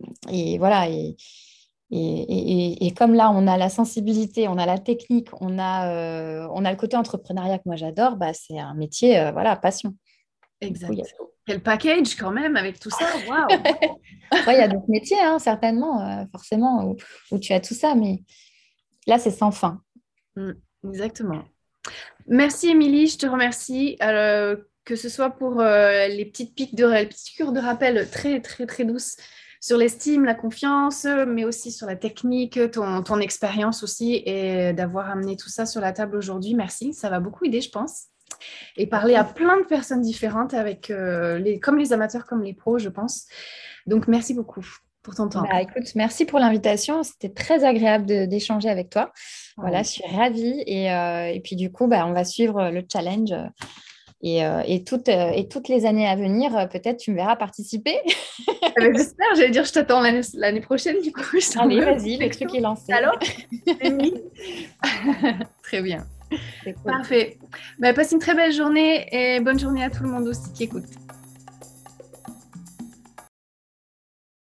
et voilà. Et, et, et- et comme là, on a la sensibilité, on a la technique, on a, euh, on a le côté entrepreneuriat que moi j'adore, bah, c'est un métier, euh, voilà, passion. Du coup, il y a Exact. tout. Quel package quand même avec tout ça. Waouh. Ouais, il y a d'autres métiers, hein, certainement, euh, forcément, où, où tu as tout ça, mais là, c'est sans fin. Mm, exactement. Merci Émilie, je te remercie. Euh, que ce soit pour euh, les petites piques de les petites cures de rappel très très très douces sur l'estime, la confiance, mais aussi sur la technique, ton, ton expérience aussi, et d'avoir amené tout ça sur la table aujourd'hui. Merci, ça va beaucoup aider, je pense. Et parler à plein de personnes différentes avec euh, les, comme les amateurs, comme les pros, je pense. Donc merci beaucoup pour ton temps. Bah, écoute, merci pour l'invitation. C'était très agréable de- d'échanger avec toi. Voilà, Oh. je suis ravie. Et, euh, et puis, du coup, bah, on va suivre le challenge. euh, Et, euh, et, toutes, euh, et toutes les années à venir, euh, peut-être tu me verras participer. Eh ben, j'espère, j'allais dire, je t'attends l'année l'année prochaine, du coup, je Allez, t'envoie un petit vas-y, le truc texto. est lancé. Alors, c'est mis. Très bien. C'est cool. Parfait. Bah, passe une très belle journée et bonne journée à tout le monde aussi qui écoute.